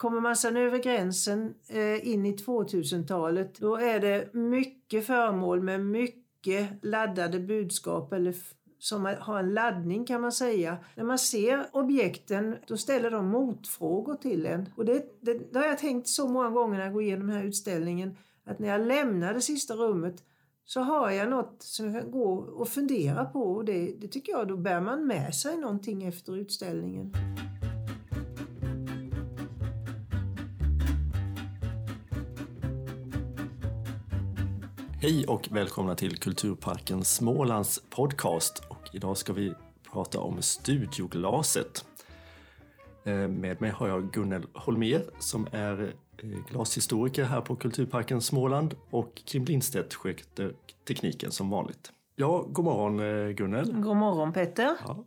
kommer man sedan över gränsen in i 2000-talet, då är det mycket föremål med mycket laddade budskap, eller som har en laddning kan man säga. När man ser objekten, då ställer de motfrågor till en. Och det har jag tänkt så många gånger när jag går igenom den här utställningen, att när jag lämnar det sista rummet så har jag något som jag kan gå och fundera på. Och det tycker jag, då bär man med sig någonting efter utställningen. Hej och välkomna till Kulturparken Smålands podcast. Och idag ska vi prata om studioglaset. Med mig har jag Gunnel Holmér som är glashistoriker här på Kulturparken Småland, och Kim Lindstedt sköter tekniken som vanligt. Ja, god morgon Gunnel. God morgon Petter. Ja.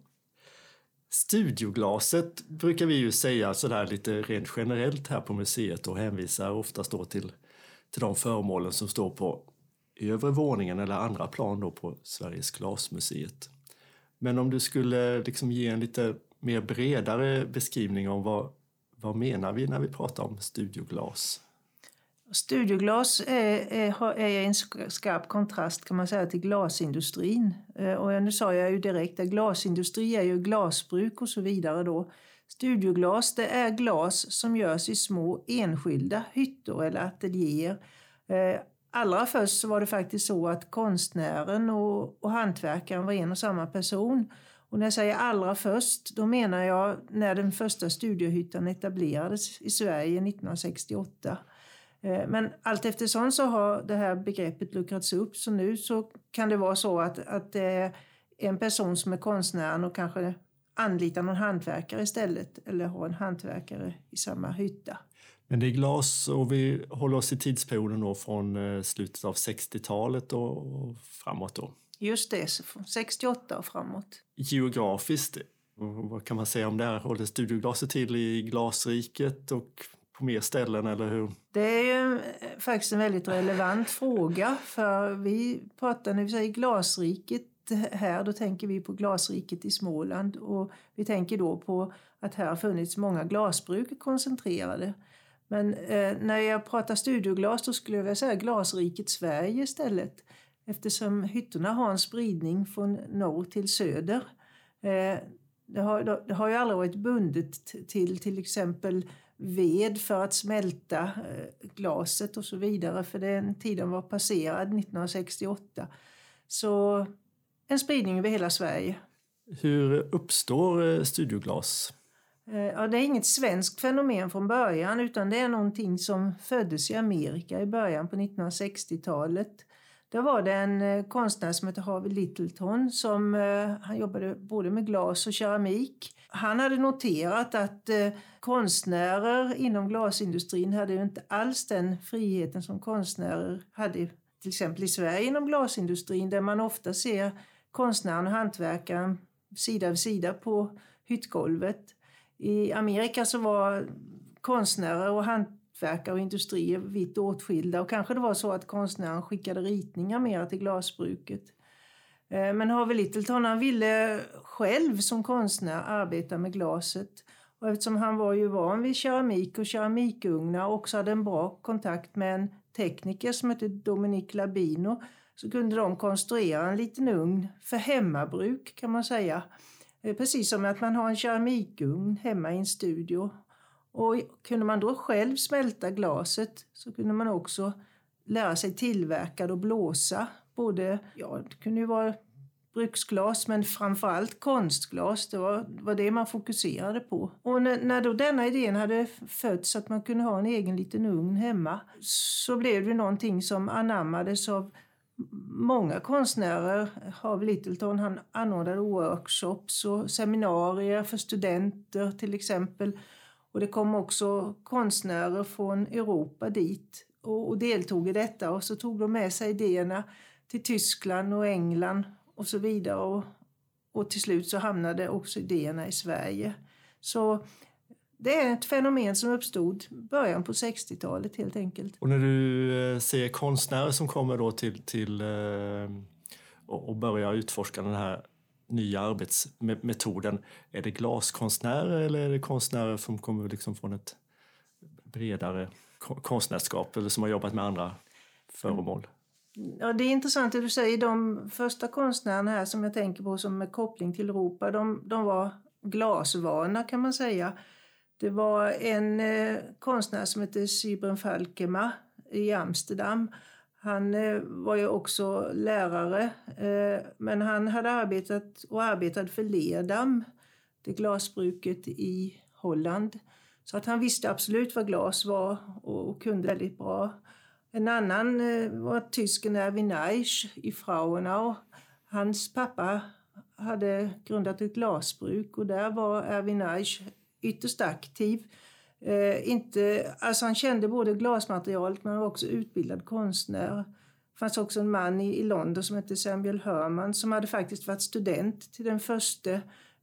Studioglaset brukar vi ju säga sådär lite rent generellt här på museet, och hänvisar oftast då till de föremålen som står på övre våningen eller andra plan då på Sveriges glasmuseet. Men om du skulle liksom ge en lite mer bredare beskrivning om vad menar vi när vi pratar om studioglas? Studioglas är en skarp kontrast kan man säga till glasindustrin. Och nu sa jag ju direkt att glasindustri är ju glasbruk och så vidare då. Studioglas, det är glas som görs i små enskilda hyttor eller ateljéer. Allra först så var det faktiskt så att konstnären och hantverkaren var en och samma person. Och när jag säger allra först, då menar jag när den första studiohyttan etablerades i Sverige 1968. Men allt eftersom så har det här begreppet luckrats upp. Så nu så kan det vara så att det är en person som är konstnären och kanske anlitar någon hantverkare istället. Eller har en hantverkare i samma hytta. Men det är glas, och vi håller oss i tidsperioden då från slutet av 60-talet och framåt då. Just det, från 68 och framåt. Geografiskt, vad kan man säga om det här? Håller studioglaset till i glasriket och på mer ställen, eller hur? Det är ju faktiskt en väldigt relevant fråga, för vi pratar när vi säger glasriket här, då tänker vi på glasriket i Småland, och vi tänker då på att här har funnits många glasbruk koncentrerade. Men när jag pratar studioglas, då skulle jag vilja säga glasriket Sverige istället, eftersom hyttorna har en spridning från norr till söder. Det har ju aldrig varit bundet till exempel ved för att smälta glaset och så vidare, för den tiden var passerad 1968. Så en spridning över hela Sverige. Hur uppstår studioglas? Ja, det är inget svenskt fenomen från början, utan det är någonting som föddes i Amerika i början på 1960-talet. Där var det en konstnär som heter Harvey Littleton som han jobbade både med glas och keramik. Han hade noterat att konstnärer inom glasindustrin hade ju inte alls den friheten som konstnärer hade till exempel i Sverige inom glasindustrin, där man ofta ser konstnären och hantverkaren sida vid sida på hyttgolvet. I Amerika så var konstnärer och hantverkare och industrier vitt åtskilda, och kanske det var så att konstnären skickade ritningar mer till glasbruket. Men Harvey Littleton, han ville själv som konstnär arbeta med glaset, och eftersom han var ju van vid keramik och keramikugnar och också hade en bra kontakt med en tekniker som heter Dominique Labino, så kunde de konstruera en liten ugn för hemmabruk kan man säga. Precis som att man har en keramikugn hemma i en studio. Och kunde man då själv smälta glaset, så kunde man också lära sig tillverka och blåsa. Både, det kunde ju vara bruksglas, men framförallt konstglas. Det var det man fokuserade på. Och när då denna idén hade fötts att man kunde ha en egen liten ugn hemma, så blev det någonting som anammades av många konstnärer. Harvey Littleton, han anordnade workshops och seminarier för studenter till exempel. Och det kom också konstnärer från Europa dit och deltog i detta. Och så tog de med sig idéerna till Tyskland och England och så vidare. Och till slut så hamnade också idéerna i Sverige. Så det är ett fenomen som uppstod början på 60-talet helt enkelt. Och när du ser konstnärer som kommer då till och börjar utforska den här nya arbetsmetoden, är det glaskonstnärer eller är det konstnärer som kommer liksom från ett bredare konstnärskap eller som har jobbat med andra föremål? Ja, det är intressant det du säger. De första konstnärerna här som jag tänker på som med koppling till Europa, de var glasvana kan man säga. Det var en konstnär som heter Sybrand Falkema i Amsterdam. Han var ju också lärare, men han hade arbetat för Leerdam, det glasbruket i Holland. Så att han visste absolut vad glas var och kunde väldigt bra. En annan var tysken Erwin Neisch i Frauenau. Hans pappa hade grundat ett glasbruk och där var Erwin Neisch ytterst aktiv. Han kände både glasmaterialet men var också utbildad konstnär. Det fanns också en man i London som hette Samuel Herman som hade faktiskt varit student till den första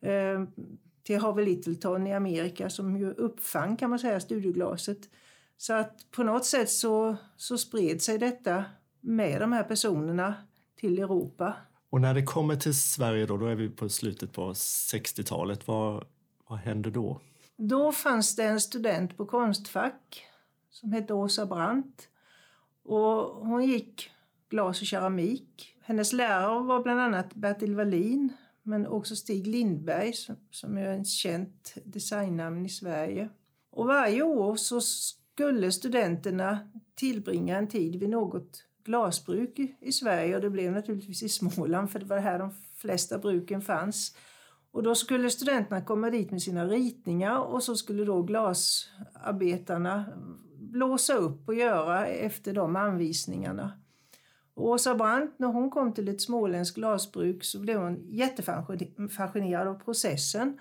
till Harvey Littleton i Amerika som ju uppfann kan man säga studioglaset. Så att på något sätt så spred sig detta med de här personerna till Europa. Och när det kommer till Sverige då är vi på slutet på 60-talet. Vad hände då? Då fanns det en student på Konstfack som hette Åsa Brandt. Och hon gick glas och keramik. Hennes lärare var bland annat Bertil Wallin men också Stig Lindberg som är en känt designnamn i Sverige. Och varje år så skulle studenterna tillbringa en tid vid något glasbruk i Sverige och det blev naturligtvis i Småland för det var här de flesta bruken fanns. Och då skulle studenterna komma dit med sina ritningar och så skulle då glasarbetarna blåsa upp och göra efter de anvisningarna. Och Åsa Brandt, när hon kom till ett småländskt glasbruk så blev hon jättefascinerad av processen.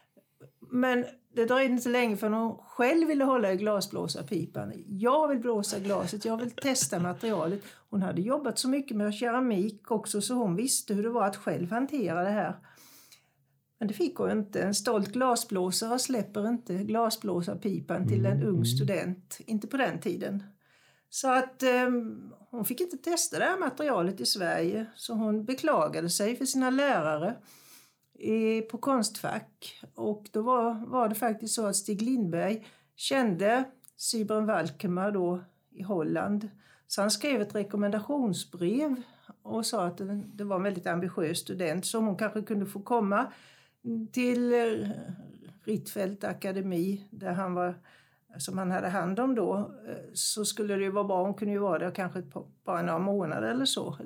Men det dröjde inte länge för hon själv ville hålla i glasblåsarpipan. Jag vill blåsa glaset, jag vill testa materialet. Hon hade jobbat så mycket med keramik också så hon visste hur det var att själv hantera det här. Men det fick hon inte. En stolt glasblåsare släpper inte glasblåsarpipan till en ung student. Inte på den tiden. Så att hon fick inte testa det här materialet i Sverige. Så hon beklagade sig för sina lärare på Konstfack. Och då var det faktiskt så att Stig Lindberg kände Sybrand Falkema då i Holland. Så han skrev ett rekommendationsbrev och sa att det var en väldigt ambitiös student som hon kanske kunde få komma till Rietveld akademi där han var, som han hade hand om då, så skulle det ju vara bra. Hon kunde ju vara där kanske bara några månader eller så.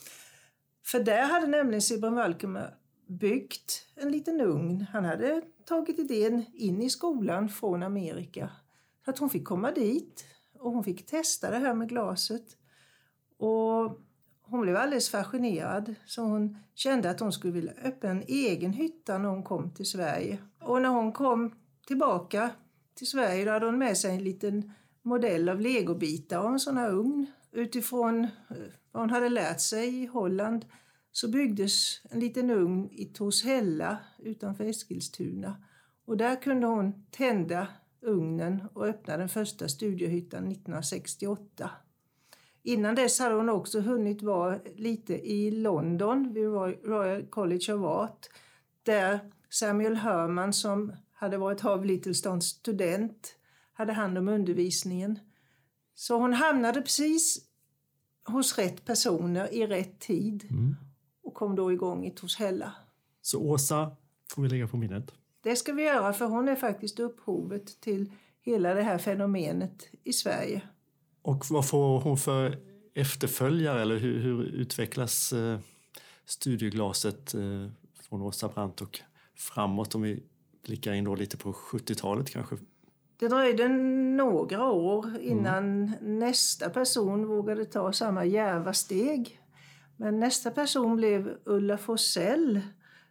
För där hade nämligen Sybrand Falkema byggt en liten ugn. Han hade tagit idén in i skolan från Amerika. Så att hon fick komma dit och hon fick testa det här med glaset. Och hon blev alldeles fascinerad så hon kände att hon skulle vilja öppna en egen hytta när hon kom till Sverige. Och när hon kom tillbaka till Sverige då hade hon med sig en liten modell av legobitar och en sån här ugn. Utifrån vad hon hade lärt sig i Holland så byggdes en liten ugn i Torshälla utanför Eskilstuna. Och där kunde hon tända ugnen och öppna den första studiohyttan 1968. Innan dess hade hon också hunnit vara lite i London vid Royal College of Art. Där Samuel Herman som hade varit Harvey Littletons student hade hand om undervisningen. Så hon hamnade precis hos rätt personer i rätt tid och kom då igång i Torshälla. Så Åsa får vi lägga på minnet. Det ska vi göra för hon är faktiskt upphovet till hela det här fenomenet i Sverige. Och vad får hon för efterföljare eller hur utvecklas studioglaset från Åsa Brandt och framåt om vi blickar in då lite på 70-talet kanske? Det dröjde några år innan nästa person vågade ta samma djärva steg. Men nästa person blev Ulla Forsell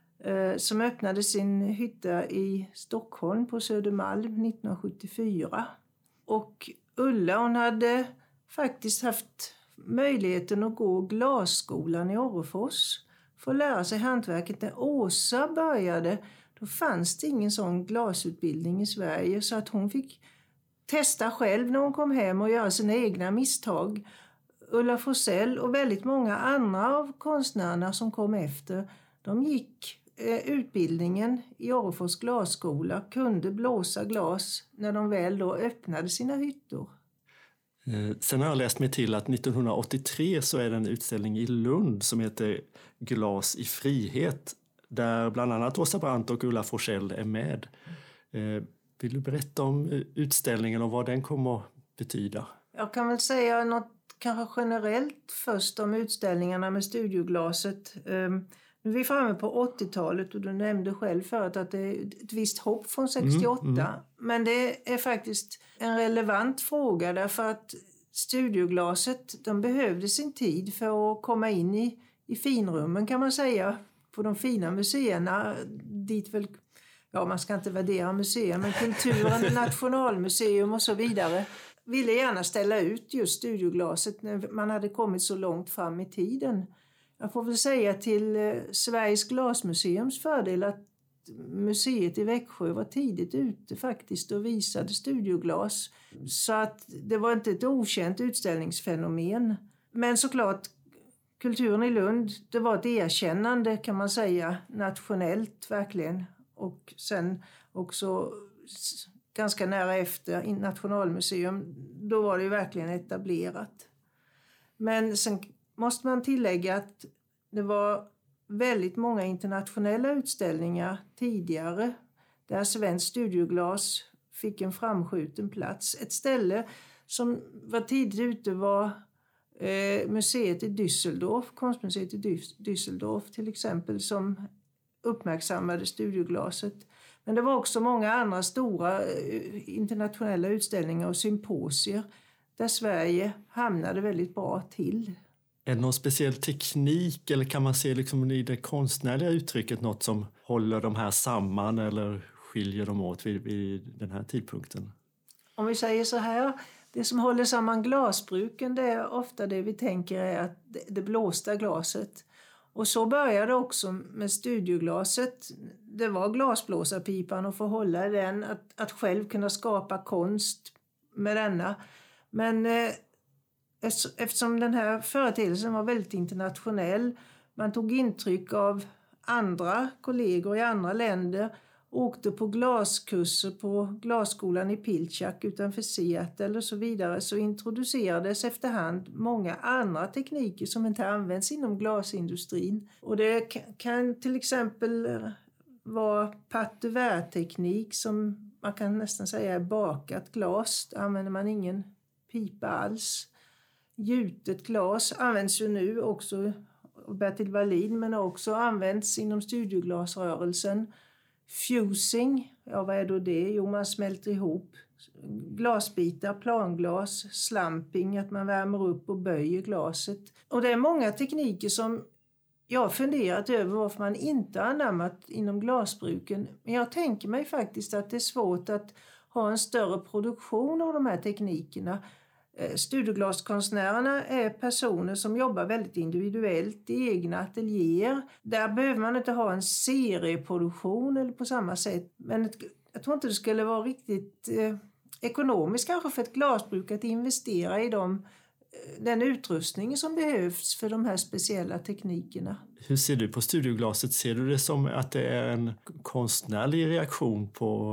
som öppnade sin hytta i Stockholm på Södermalm 1974. Och Ulla hon hade faktiskt haft möjligheten att gå glasskolan i Orrefors för att lära sig hantverket. När Åsa började då fanns det ingen sån glasutbildning i Sverige så att hon fick testa själv när hon kom hem och göra sina egna misstag. Ulla Forsell och väldigt många andra av konstnärerna som kom efter, de gick utbildningen i Orrefors glasskola kunde blåsa glas när de väl då öppnade sina hyttor. Sen har jag läst mig till att 1983 så är det en utställning i Lund som heter Glas i frihet, där bland annat Åsa Brandt och Ulla Forsell är med. Vill du berätta om utställningen och vad den kommer att betyda? Jag kan väl säga något kanske generellt först om utställningarna med studioglaset. Nu är vi framme på 80-talet och du nämnde själv förut att det är ett visst hopp från 68. Men det är faktiskt en relevant fråga därför att studioglaset, de behövde sin tid för att komma in i finrummen kan man säga. På de fina museerna, dit väl, ja man ska inte värdera museer, men kulturen, nationalmuseum och så vidare ville gärna ställa ut just studioglaset när man hade kommit så långt fram i tiden. Jag får väl säga till Sveriges glasmuseums fördel att museet i Växjö var tidigt ute faktiskt och visade studioglas. Så att det var inte ett okänt utställningsfenomen. Men såklart, kulturen i Lund, det var ett erkännande kan man säga, nationellt verkligen. Och sen också ganska nära efter i Nationalmuseum, då var det ju verkligen etablerat. Men sen måste man tillägga att det var väldigt många internationella utställningar tidigare där svenskt studioglas fick en framskjuten plats. Ett ställe som var tidigt ute var museet i Düsseldorf, konstmuseet i Düsseldorf till exempel, som uppmärksammade studioglaset. Men det var också många andra stora internationella utställningar och symposier där Sverige hamnade väldigt bra till. Är det någon speciell teknik eller kan man se liksom i det konstnärliga uttrycket något som håller de här samman eller skiljer dem åt vid den här tidpunkten? Om vi säger så här, det som håller samman glasbruken, det är ofta det vi tänker är att det blåsta glaset. Och så började också med studioglaset. Det var glasblåsarpipan och få hålla den, att själv kunna skapa konst med denna. Men eftersom den här företeelsen var väldigt internationell, man tog intryck av andra kollegor i andra länder, åkte på glaskurser på glasskolan i Pilchak utanför Seattle och så vidare, så introducerades efterhand många andra tekniker som inte används inom glasindustrin. Och det kan till exempel vara patte verre-teknik som man kan nästan säga är bakat glas. Där använder man ingen pipa alls. Gjutet glas används ju nu också av Bertil Wallin, men också används inom studioglasrörelsen. Fusing, ja vad är då det? Jo, man smälter ihop glasbitar, planglas, slamping, att man värmer upp och böjer glaset. Och det är många tekniker som jag har funderat över varför man inte har anammat inom glasbruken. Men jag tänker mig faktiskt att det är svårt att ha en större produktion av de här teknikerna. Studioglaskonstnärerna är personer som jobbar väldigt individuellt i egna ateljéer. Där behöver man inte ha en serieproduktion eller på samma sätt. Men jag tror inte det skulle vara riktigt ekonomiskt kanske för ett glasbruk att investera i den utrustning som behövs för de här speciella teknikerna. Hur ser du på studioglaset? Ser du det som att det är en konstnärlig reaktion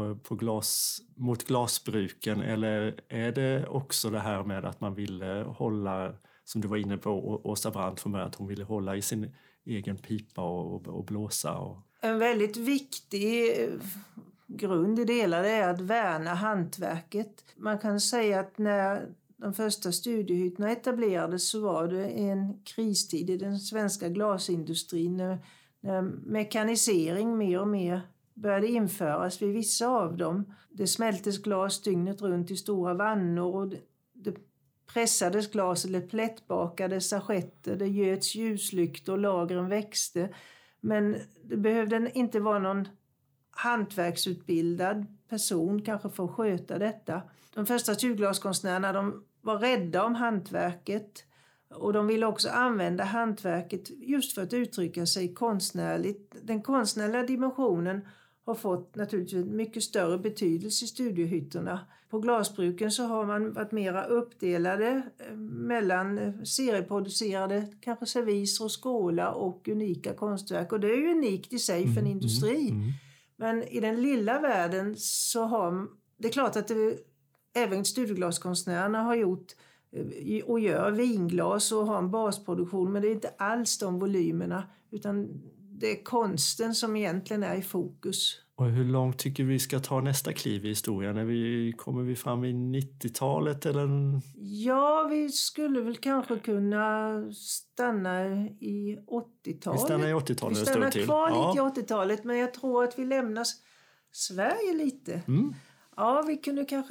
mot glasbruken, eller är det också det här med att man ville hålla, som du var inne på, Åsa Brandt från början, att hon ville hålla i sin egen pipa och blåsa? En väldigt viktig grund i det hela är att värna hantverket. Man kan säga att när de första studiehytterna etablerades så var det en kristid i den svenska glasindustrin när mekanisering mer och mer började införas vid vissa av dem. Det smältes glas dygnet runt i stora vannor och det pressades glas eller plättbakades assietter, det göts ljuslyktor och lagren växte. Men det behövde inte vara någon hantverksutbildad person kanske för att sköta detta. De första studioglaskonstnärerna, de var rädda om hantverket och de ville också använda hantverket just för att uttrycka sig konstnärligt. Den konstnärliga dimensionen har fått naturligtvis mycket större betydelse i studiohytterna. På glasbruken så har man varit mera uppdelade mellan serieproducerade kanske serviser och skålar och unika konstverk. Och det är ju unikt i sig för en industri. Men i den lilla världen så har det är klart att även studieglaskonstnärerna har gjort och gör vinglas och har en basproduktion, men det är inte alls de volymerna, utan det är konsten som egentligen är i fokus. Och hur långt tycker vi ska ta nästa kliv i historien? Kommer vi fram i 90-talet? Eller? Ja, vi skulle väl kanske kunna stanna i 80-talet. Vi stannar i 80-talet. Vi stannar kvar lite i 80-talet, men jag tror att vi lämnar Sverige lite. Ja, vi kunde kanske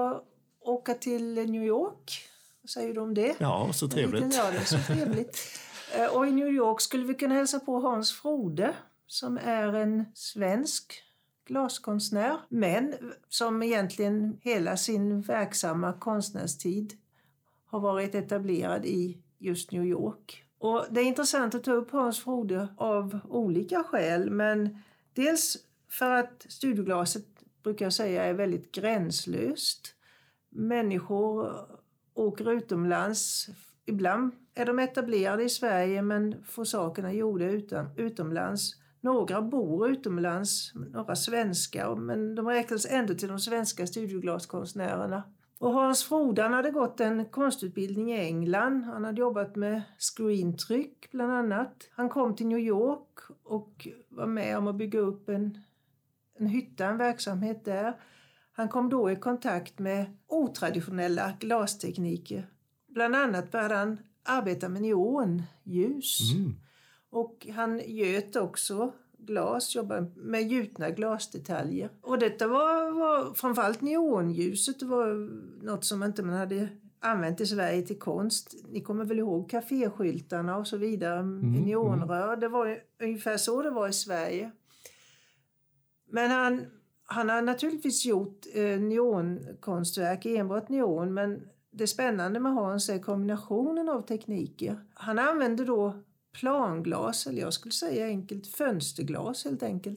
åka till New York. Vad säger du om det? Ja, så trevligt. Ja, det är så trevligt. Och i New York skulle vi kunna hälsa på Hans Frode, som är en svensk glaskonstnär, men som egentligen hela sin verksamma konstnärstid har varit etablerad i just New York. Och det är intressant att ta upp Hans Frode av olika skäl, men dels för att studioglaset brukar jag säga är väldigt gränslöst. Människor åker utomlands. Ibland är de etablerade i Sverige men får sakerna gjorda utomlands. Några bor utomlands, några svenskar, men de räknas ändå till de svenska studioglaskonstnärerna. Och Hans Frode hade gått en konstutbildning i England. Han hade jobbat med screentryck bland annat. Han kom till New York och var med om att bygga upp en hytta, en verksamhet där. Han kom då i kontakt med otraditionella glastekniker. Bland annat började han arbeta med neonljus. Och han göt också glas, jobbade med gjutna glasdetaljer. Och detta var framförallt neonljuset, det var något som inte man hade använt i Sverige till konst. Ni kommer väl ihåg kaféskyltarna och så vidare, neonrör. Det var ungefär så det var i Sverige. Men han har naturligtvis gjort neonkonstverk, enbart neon, men det spännande med Hans är kombinationen av tekniker. Han använde då planglas, eller jag skulle säga enkelt fönsterglas helt enkelt,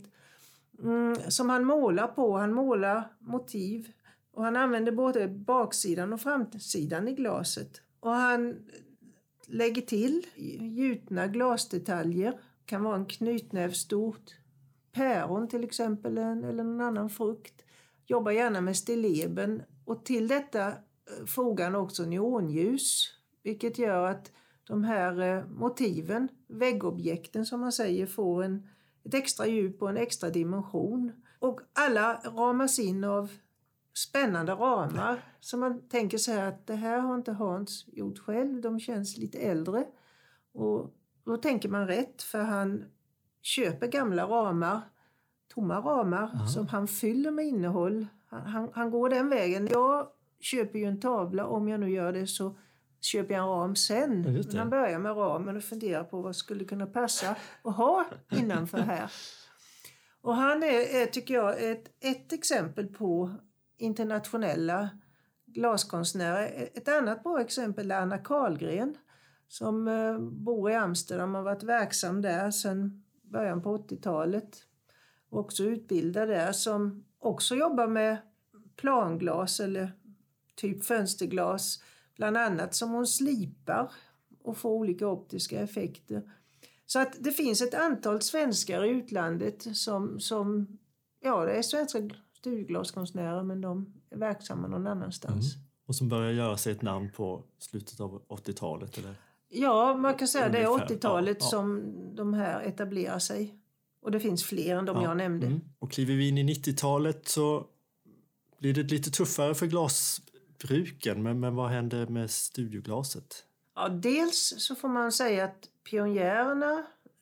som han målar på. Han målar motiv och han använder både baksidan och framsidan i glaset. Och han lägger till gjutna glasdetaljer. Det kan vara en knytnäv stort päron till exempel, eller någon annan frukt. Jobbar gärna med stilleben, och till detta fogar han också neonljus, vilket gör att de här motiven, väggobjekten som man säger, får ett extra djup och en extra dimension. Och alla ramas in av spännande ramar. Så man tänker så här att det här har inte Hans gjort själv, de känns lite äldre. Och då tänker man rätt, för han köper gamla ramar, tomma ramar, som han fyller med innehåll. Han går den vägen. Jag köper ju en tavla, om jag nu gör det så köper jag en ram sen. Men han börjar med ramen och funderar på vad skulle kunna passa och ha innanför här. Och han är tycker jag, ett exempel på internationella glaskonstnärer. Ett annat bra exempel är Anna Karlgren, som bor i Amsterdam och har varit verksam där sedan början på 80-talet. Och också utbildad där, som också jobbar med planglas eller typ fönsterglas. Bland annat som hon slipar och får olika optiska effekter. Så att det finns ett antal svenskar i utlandet som det är svenska studieglaskonstnärer, men de är verksamma någon annanstans. Och som börjar göra sig ett namn på slutet av 80-talet eller? Ja, man kan säga det är 80-talet som de här etablerar sig. Och det finns fler än de jag nämnde. Och kliver vi in i 90-talet så blir det lite tuffare för glasbruken. Men vad händer med studioglaset? Ja, dels så får man säga att pionjärerna,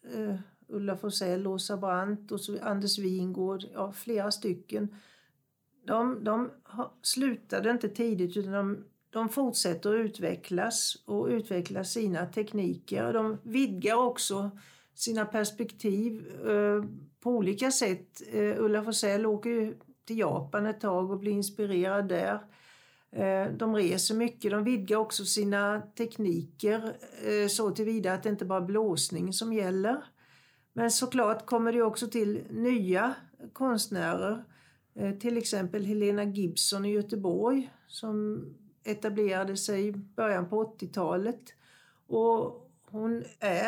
Ulla Forsell, Åsa Brandt och Anders Wingård, flera stycken, de slutade inte tidigt, utan de fortsätter att utvecklas och utveckla sina tekniker. De vidgar också sina perspektiv på olika sätt. Ulla Forsell åker ju till Japan ett tag och blir inspirerad där. De reser mycket, de vidgar också sina tekniker så tillvida att det inte bara är blåsning som gäller. Men såklart kommer det också till nya konstnärer. Till exempel Helena Gibson i Göteborg som etablerade sig i början på 80-talet. Och hon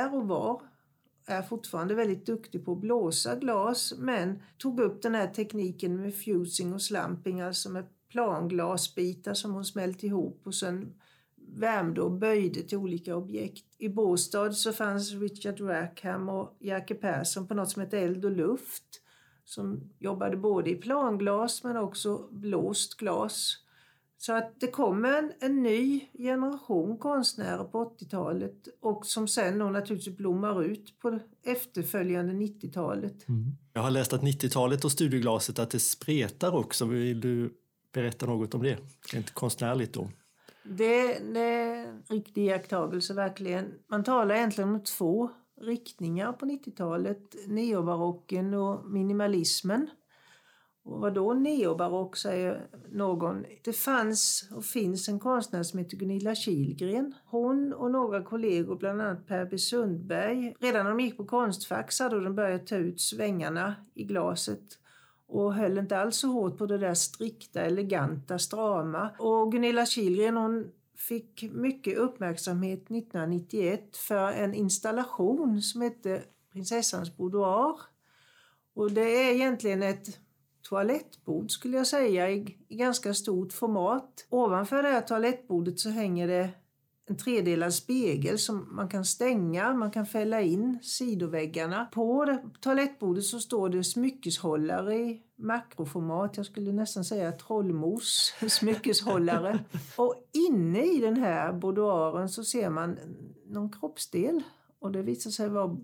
är fortfarande väldigt duktig på att blåsa glas, men tog upp den här tekniken med fusing och slumping, alltså med planglasbitar som hon smälte ihop och sen värmde och böjde till olika objekt. I Båstad så fanns Richard Rackham och Jerker Persson på något som heter Eld och luft som jobbade både i planglas men också blåst glas. Så att det kommer en ny generation konstnärer på 80-talet och som sen då naturligtvis blommar ut på efterföljande 90-talet. Mm. Jag har läst att 90-talet och studioglaset att det spretar också. Vill du berätta något om det? Det är inte konstnärligt då. Det är en riktig iakttagelse verkligen. Man talar egentligen om 2 riktningar på 90-talet. Neobarocken och minimalismen. Och vad då neobarock, säger någon. Det fanns och finns en konstnär som heter Gunilla Kihlgren. Hon och några kollegor, bland annat Per B. Sundberg, redan när de gick på Konstfack så hade de börjat ta ut svängarna i glaset. Och höll inte alls så hårt på det där strikta, eleganta, strama. Och Gunilla Kihlgren, hon fick mycket uppmärksamhet 1991 för en installation som hette Prinsessans boudoir. Och det är egentligen ett toalettbord skulle jag säga i ganska stort format. Ovanför det här toalettbordet så hänger det en 3-delad spegel som man kan stänga, man kan fälla in sidoväggarna. På toalettbordet så står det smyckeshållare i makroformat. Jag skulle nästan säga trollmos smyckeshållare. Och inne i den här boudoiren så ser man någon kroppsdel. Och det visar sig vara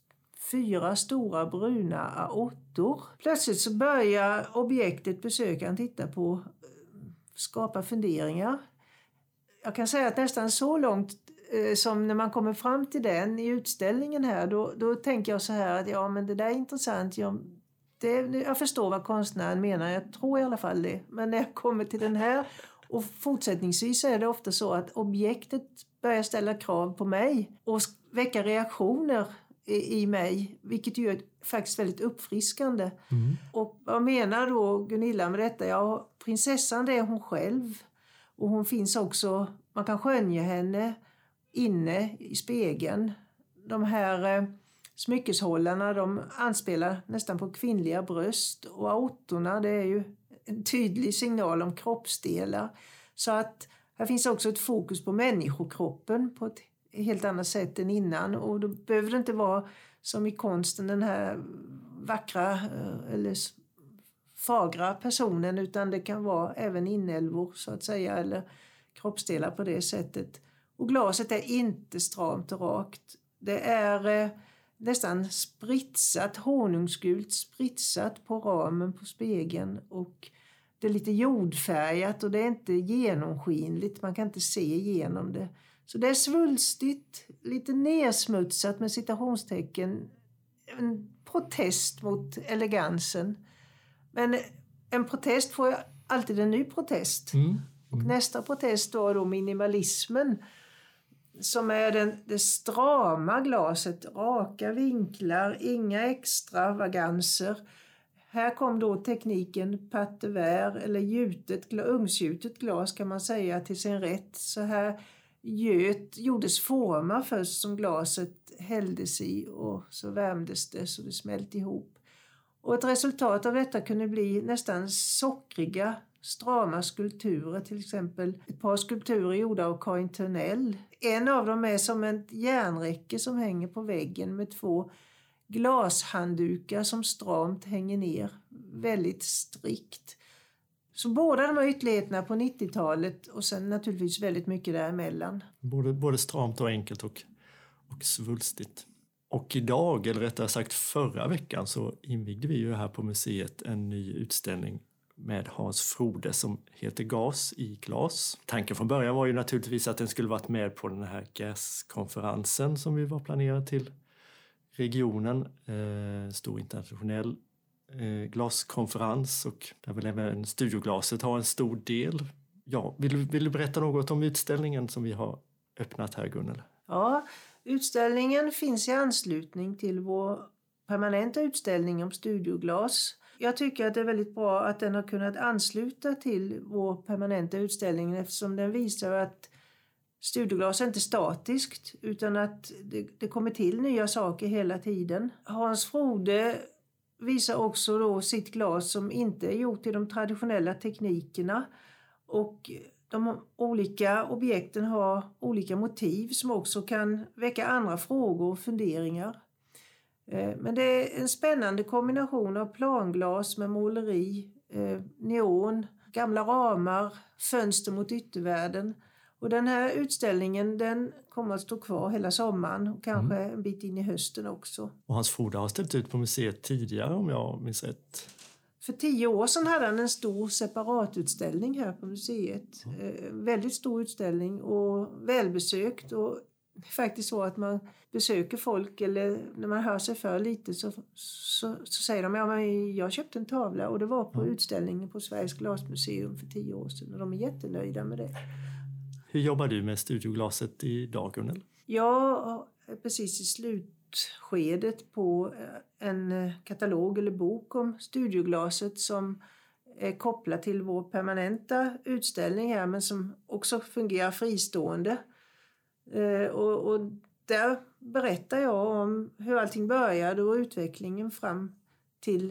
4 stora bruna aortor. Plötsligt så börjar objektet besökaren titta på, skapa funderingar. Jag kan säga att nästan så långt som när man kommer fram till den i utställningen här, då tänker jag så här att ja, men det där är intressant. Jag förstår vad konstnären menar, jag tror i alla fall det. Men när jag kommer till den här och fortsättningsvis är det ofta så att objektet börjar ställa krav på mig och väcka reaktioner i mig, vilket ju är faktiskt väldigt uppfriskande. Mm. Och vad menar då Gunilla med detta? Ja, prinsessan det är hon själv. Och hon finns också, man kan skönja henne inne i spegeln. De här smyckeshållarna, de anspelar nästan på kvinnliga bröst. Och aortorna, det är ju en tydlig signal om kroppsdelar. Så att här finns också ett fokus på människokroppen på ett helt annat sätt än innan. Och då behöver det inte vara som i konsten den här vackra eller fagra personen, utan det kan vara även inälvor så att säga, eller kroppsdelar på det sättet. Och glaset är inte stramt och rakt. Det är nästan spritsat, honungsgult spritsat på ramen på spegeln, och det är lite jordfärgat och det är inte genomskinligt, man kan inte se igenom det. Så det är svulstigt, lite nersmutsat med citationstecken, en protest mot elegansen. Men en protest får ju alltid en ny protest. Och nästa protest var då minimalismen, som är det strama glaset, raka vinklar, inga extravaganser. Här kom då tekniken pâte de verre, eller ugnsgjutet glas kan man säga, till sin rätt. Så här gjordes formar först som glaset hälldes i och så värmdes det så det smälte ihop. Och ett resultat av detta kunde bli nästan sockriga, strama skulpturer. Till exempel ett par skulpturer gjorda av Karin Törnell. En av dem är som ett järnräcke som hänger på väggen med 2 glashanddukar som stramt hänger ner. Väldigt strikt. Så båda de här ytterligheterna på 90-talet och sen naturligtvis väldigt mycket däremellan. Både stramt och enkelt och svulstigt. Och idag, eller rättare sagt förra veckan, så invigde vi ju här på museet en ny utställning med Hans Frode som heter Gas i glas. Tanken från början var ju naturligtvis att den skulle varit med på den här GAS-konferensen som vi var planerade till regionen. Stor internationell glaskonferens, och där vill även studioglaset ha en stor del. Ja, vill du berätta något om utställningen som vi har öppnat här, Gunnel? Ja, utställningen finns i anslutning till vår permanenta utställning om studioglas. jag tycker att det är väldigt bra att den har kunnat ansluta till vår permanenta utställning, eftersom den visar att studioglas är inte statiskt utan att det kommer till nya saker hela tiden. Hans Frode visar också då sitt glas som inte är gjort i de traditionella teknikerna, och de olika objekten har olika motiv som också kan väcka andra frågor och funderingar. Men det är en spännande kombination av planglas med måleri, neon, gamla ramar, fönster mot yttervärlden. Och den här utställningen, den kommer att stå kvar hela sommaren och kanske en bit in i hösten också. Och Hans Frode har ställt ut på museet tidigare, om jag minns rätt. För 10 år sedan hade han en stor separatutställning här på museet. Väldigt stor utställning och välbesökt. Och det är faktiskt så att man besöker folk, eller när man hör sig för lite så säger de, ja, men jag köpte en tavla och det var på utställningen på Sveriges glasmuseum för 10 år sedan, och de är jättenöjda med det. Hur jobbar du med studioglaset idag, Gunnel? Jag är precis i slutskedet på en katalog eller bok om studioglaset som är kopplad till vår permanenta utställning här, men som också fungerar fristående. Och där berättar jag om hur allting började och utvecklingen fram till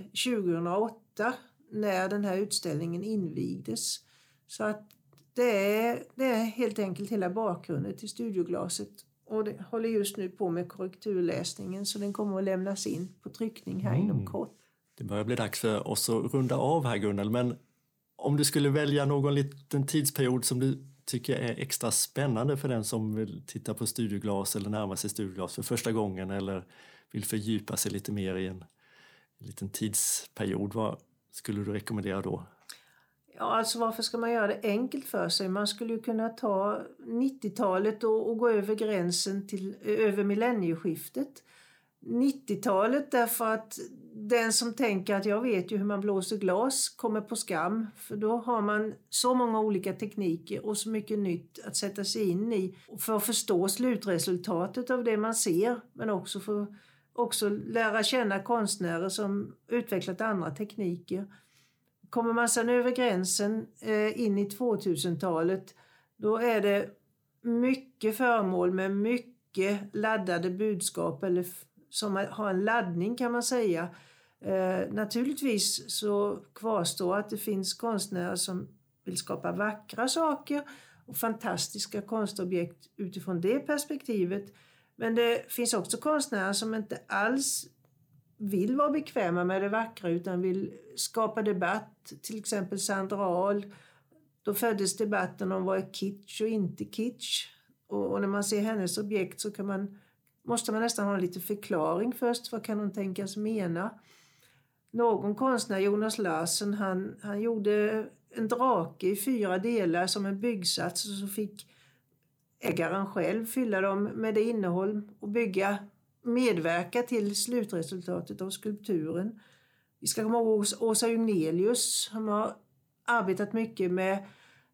2008 när den här utställningen invigdes. Så att det är helt enkelt hela bakgrunden till studioglaset, och det håller just nu på med korrekturläsningen, så den kommer att lämnas in på tryckning här inom kort. Det börjar bli dags för oss att runda av här, Gunnel, men om du skulle välja någon liten tidsperiod som du tycker är extra spännande för den som vill titta på studioglas eller närma sig studioglas för första gången, eller vill fördjupa sig lite mer i en liten tidsperiod, vad skulle du rekommendera då? Ja, alltså varför ska man göra det enkelt för sig? Man skulle ju kunna ta 90-talet och gå över gränsen till över millennieskiftet. 90-talet därför att den som tänker att jag vet ju hur man blåser glas kommer på skam. För då har man så många olika tekniker och så mycket nytt att sätta sig in i för att förstå slutresultatet av det man ser. Men också för också lära känna konstnärer som utvecklat andra tekniker. Kommer man sedan över gränsen in i 2000-talet, då är det mycket föremål med mycket laddade budskap, eller som har en laddning kan man säga. Naturligtvis så kvarstår att det finns konstnärer som vill skapa vackra saker och fantastiska konstobjekt utifrån det perspektivet. Men det finns också konstnärer som inte alls vill vara bekväma med det vackra utan vill skapa debatt. Till exempel Sandra Ahl. Då föddes debatten om vad är kitsch och inte kitsch. Och när man ser hennes objekt så måste man nästan ha lite förklaring först. Vad kan hon tänkas mena? Någon konstnär, Jonas Larsen, han gjorde en drake i 4 delar som en byggsats, och så fick ägaren själv fylla dem med det innehåll och medverka till slutresultatet av skulpturen. Vi ska komma ihåg Åsa Junelius som har arbetat mycket med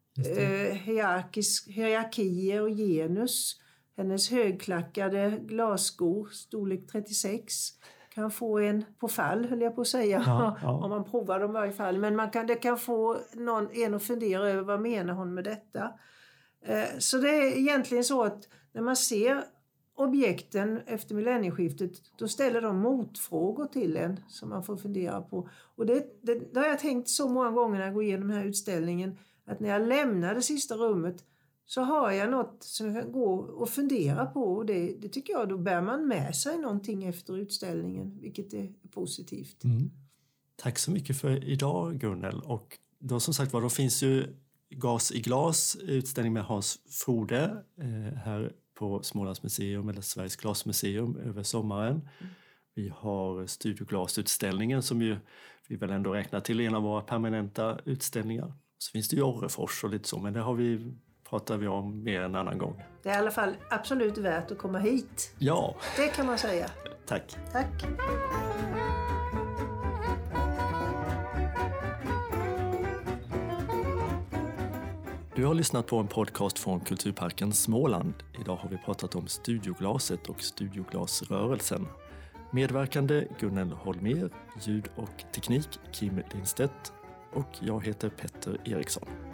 hierarkier och genus. Hennes högklackade glasskor, storlek 36, kan få en på fall, höll jag på att säga. Ja. Om man provar dem i varje fall. Men det kan få en att fundera över vad menar hon med detta. Så det är egentligen så att när man ser objekten efter millennieskiftet, då ställer de motfrågor till en som man får fundera på. Och det har jag tänkt så många gånger när jag går igenom den här utställningen, att när jag lämnar det sista rummet så har jag något som jag kan gå och fundera på, och det tycker jag, då bär man med sig någonting efter utställningen, vilket är positivt. Tack så mycket för idag, Gunnel. Och då som sagt då finns ju Gas i glas, utställning med Hans Frode här på Smålands museum eller Sveriges glasmuseum över sommaren. Vi har studioglasutställningen som ju vi väl ändå räknar till en av våra permanenta utställningar. Så finns det ju Orrefors och lite så, men det pratar vi om mer en annan gång. Det är i alla fall absolut värt att komma hit. Ja. Det kan man säga. Tack. Tack. Du har lyssnat på en podcast från Kulturparken Småland. Idag har vi pratat om studioglaset och studioglasrörelsen. Medverkande Gunnel Holmér, ljud och teknik Kim Lindstedt och jag heter Petter Eriksson.